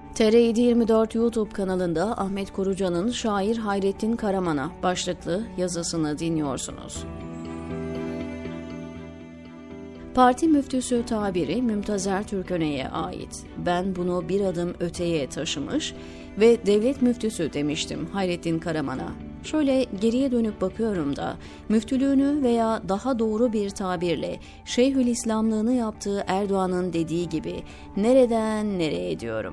TR724 YouTube kanalında Ahmet Korucan'ın Şair Hayrettin Karaman'a başlıklı yazısını dinliyorsunuz. Parti müftüsü tabiri Mümtazer Türköne'ye ait. Ben bunu bir adım öteye taşımış ve devlet müftüsü demiştim Hayrettin Karaman'a. Şöyle geriye dönüp bakıyorum da müftülüğünü veya daha doğru bir tabirle Şeyhülislamlığını yaptığı Erdoğan'ın dediği gibi nereden nereye diyorum.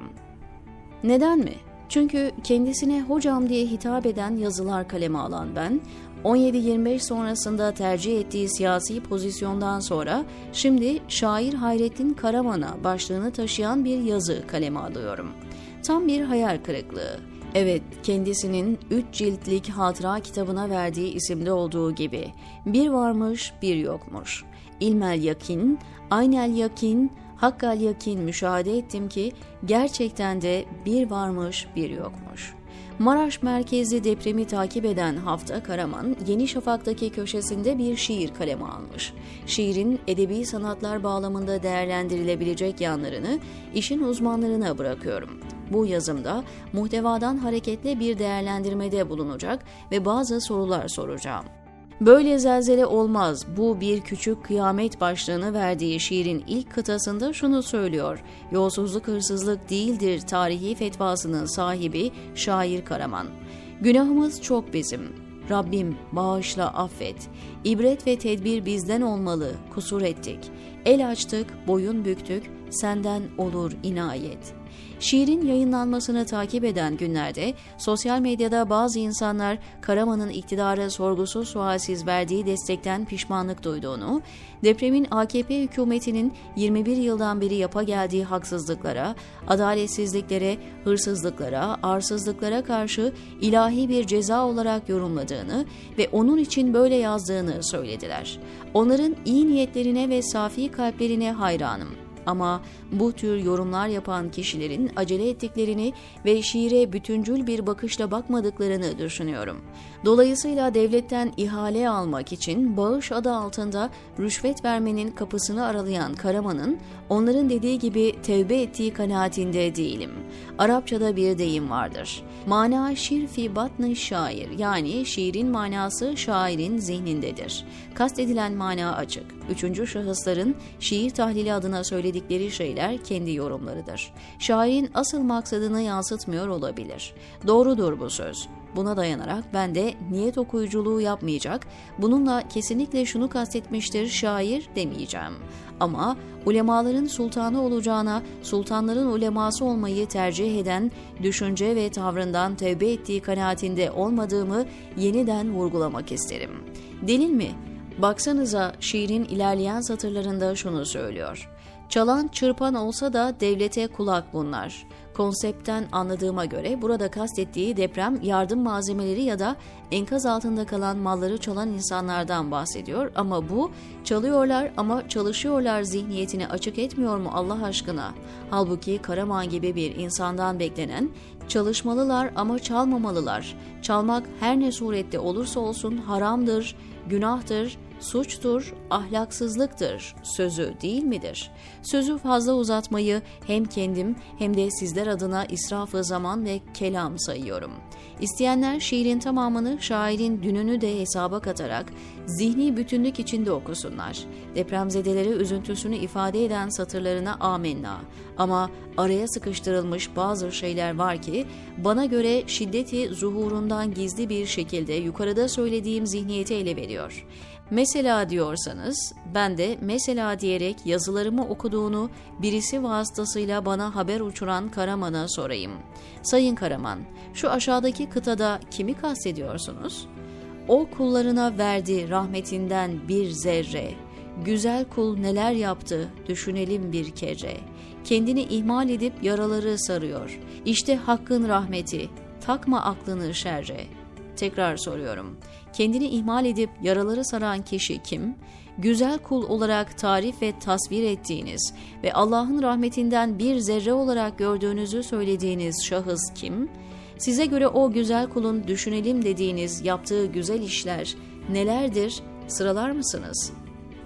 Neden mi? Çünkü kendisine hocam diye hitap eden yazılar kaleme alan ben, 17-25 sonrasında tercih ettiği siyasi pozisyondan sonra şimdi Şair Hayrettin Karaman'a başlığını taşıyan bir yazı kaleme alıyorum. Tam bir hayal kırıklığı. Evet, kendisinin 3 ciltlik hatıra kitabına verdiği isimde olduğu gibi bir varmış bir yokmuş. İlmel yakin, aynel yakin, hakkal yakin müşahede ettim ki gerçekten de bir varmış bir yokmuş. Maraş merkezli depremi takip eden Hafta Karaman, Yeni Şafak'taki köşesinde bir şiir kaleme almış. Şiirin edebi sanatlar bağlamında değerlendirilebilecek yanlarını işin uzmanlarına bırakıyorum. Bu yazımda muhtevadan hareketle bir değerlendirmede bulunacak ve bazı sorular soracağım. Böyle zelzele olmaz, bu bir küçük kıyamet başlığını verdiği şiirin ilk kıtasında şunu söylüyor. Yolsuzluk hırsızlık değildir tarihi fetvasının sahibi Şair Karaman. Günahımız çok bizim. Rabbim bağışla affet. İbret ve tedbir bizden olmalı, kusur ettik. El açtık, boyun büktük, senden olur inayet. Şiirin yayınlanmasını takip eden günlerde sosyal medyada bazı insanlar Karaman'ın iktidara sorgusuz sualsiz verdiği destekten pişmanlık duyduğunu, depremin AKP hükümetinin 21 yıldan beri yapa geldiği haksızlıklara, adaletsizliklere, hırsızlıklara, arsızlıklara karşı ilahi bir ceza olarak yorumladığını ve onun için böyle yazdığını söylediler. Onların iyi niyetlerine ve safi kalplerine hayranım. Ama bu tür yorumlar yapan kişilerin acele ettiklerini ve şiire bütüncül bir bakışla bakmadıklarını düşünüyorum. Dolayısıyla devletten ihale almak için bağış adı altında rüşvet vermenin kapısını aralayan Karaman'ın onların dediği gibi tevbe ettiği kanaatinde değilim. Arapçada bir deyim vardır. Mana şir fi batn şair, yani şiirin manası şairin zihnindedir. Kastedilen mana açık. Üçüncü şahısların şiir tahlili adına söyledikleri şeyler kendi yorumlarıdır. Şairin asıl maksadını yansıtmıyor olabilir. Doğrudur bu söz. Buna dayanarak ben de niyet okuyuculuğu yapmayacak, bununla kesinlikle şunu kastetmiştir şair demeyeceğim. Ama ulemaların sultanı olacağına sultanların uleması olmayı tercih eden düşünce ve tavrından tevbe ettiği kanaatinde olmadığımı yeniden vurgulamak isterim. Delil mi? Baksanıza şiirin ilerleyen satırlarında şunu söylüyor. Çalan çırpan olsa da devlete kulak bunlar. Konseptten anladığıma göre burada kastettiği deprem yardım malzemeleri ya da enkaz altında kalan malları çalan insanlardan bahsediyor ama bu çalıyorlar ama çalışıyorlar zihniyetini açık etmiyor mu Allah aşkına? Halbuki Karaman gibi bir insandan beklenen çalışmalılar ama çalmamalılar. Çalmak her ne surette olursa olsun haramdır, günahtır, suçtur, ahlaksızlıktır sözü değil midir? Sözü fazla uzatmayı hem kendim hem de sizler adına israf-ı zaman ve kelam sayıyorum. İsteyenler şiirin tamamını şairin dününü de hesaba katarak zihni bütünlük içinde okusunlar. Depremzedeleri üzüntüsünü ifade eden satırlarına amenna. Ama araya sıkıştırılmış bazı şeyler var ki bana göre şiddeti zuhurundan gizli bir şekilde yukarıda söylediğim zihniyeti ele veriyor. Mesela diyorsanız, ben de mesela diyerek yazılarımı okuduğunu birisi vasıtasıyla bana haber uçuran Karaman'a sorayım. Sayın Karaman, şu aşağıdaki kıtada kimi kastediyorsunuz? O kullarına verdi rahmetinden bir zerre. Güzel kul neler yaptı, düşünelim bir kere. Kendini ihmal edip yaraları sarıyor. İşte Hakk'ın rahmeti, takma aklını şerre. Tekrar soruyorum. Kendini ihmal edip yaraları saran kişi kim? Güzel kul olarak tarif ve tasvir ettiğiniz ve Allah'ın rahmetinden bir zerre olarak gördüğünüzü söylediğiniz şahıs kim? Size göre o güzel kulun düşünelim dediğiniz yaptığı güzel işler nelerdir? Sıralar mısınız?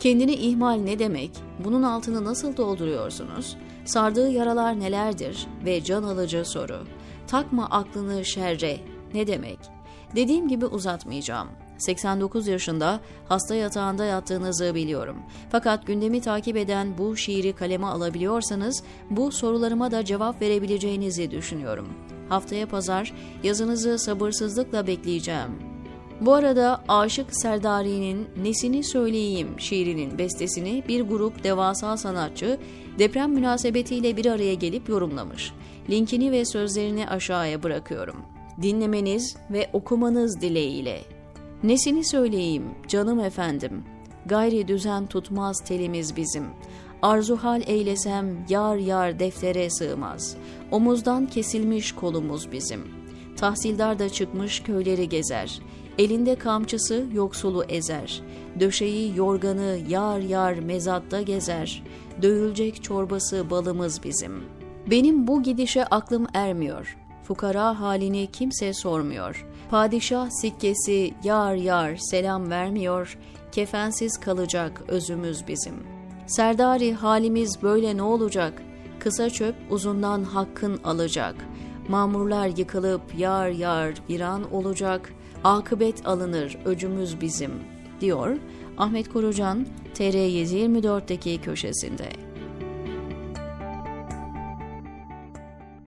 Kendini ihmal ne demek? Bunun altını nasıl dolduruyorsunuz? Sardığı yaralar nelerdir? Ve can alıcı soru. Takma aklını şerre ne demek? Dediğim gibi uzatmayacağım. 89 yaşında hasta yatağında yattığınızı biliyorum. Fakat gündemi takip eden bu şiiri kaleme alabiliyorsanız bu sorularıma da cevap verebileceğinizi düşünüyorum. Haftaya pazar yazınızı sabırsızlıkla bekleyeceğim. Bu arada Aşık Serdari'nin Nesini Söyleyeyim şiirinin bestesini bir grup devasa sanatçı deprem münasebetiyle bir araya gelip yorumlamış. Linkini ve sözlerini aşağıya bırakıyorum. Dinlemeniz ve okumanız dileğiyle. Nesini söyleyeyim canım efendim, gayri düzen tutmaz telimiz bizim. Arzu hal eylesem yar yar deftere sığmaz. Omuzdan kesilmiş kolumuz bizim. Tahsildar da çıkmış köyleri gezer. Elinde kamçısı yoksulu ezer. Döşeği yorganı yar yar mezatta gezer. Dövülecek çorbası balımız bizim. Benim bu gidişe aklım ermiyor. Fukara halini kimse sormuyor. Padişah sikkesi yar yar selam vermiyor. Kefensiz kalacak özümüz bizim. Serdari halimiz böyle ne olacak? Kısa çöp uzundan hakkın alacak. Mamurlar yıkılıp yar yar viran olacak. Akıbet alınır öcümüz bizim, diyor Ahmet Korucan TR724'deki köşesinde.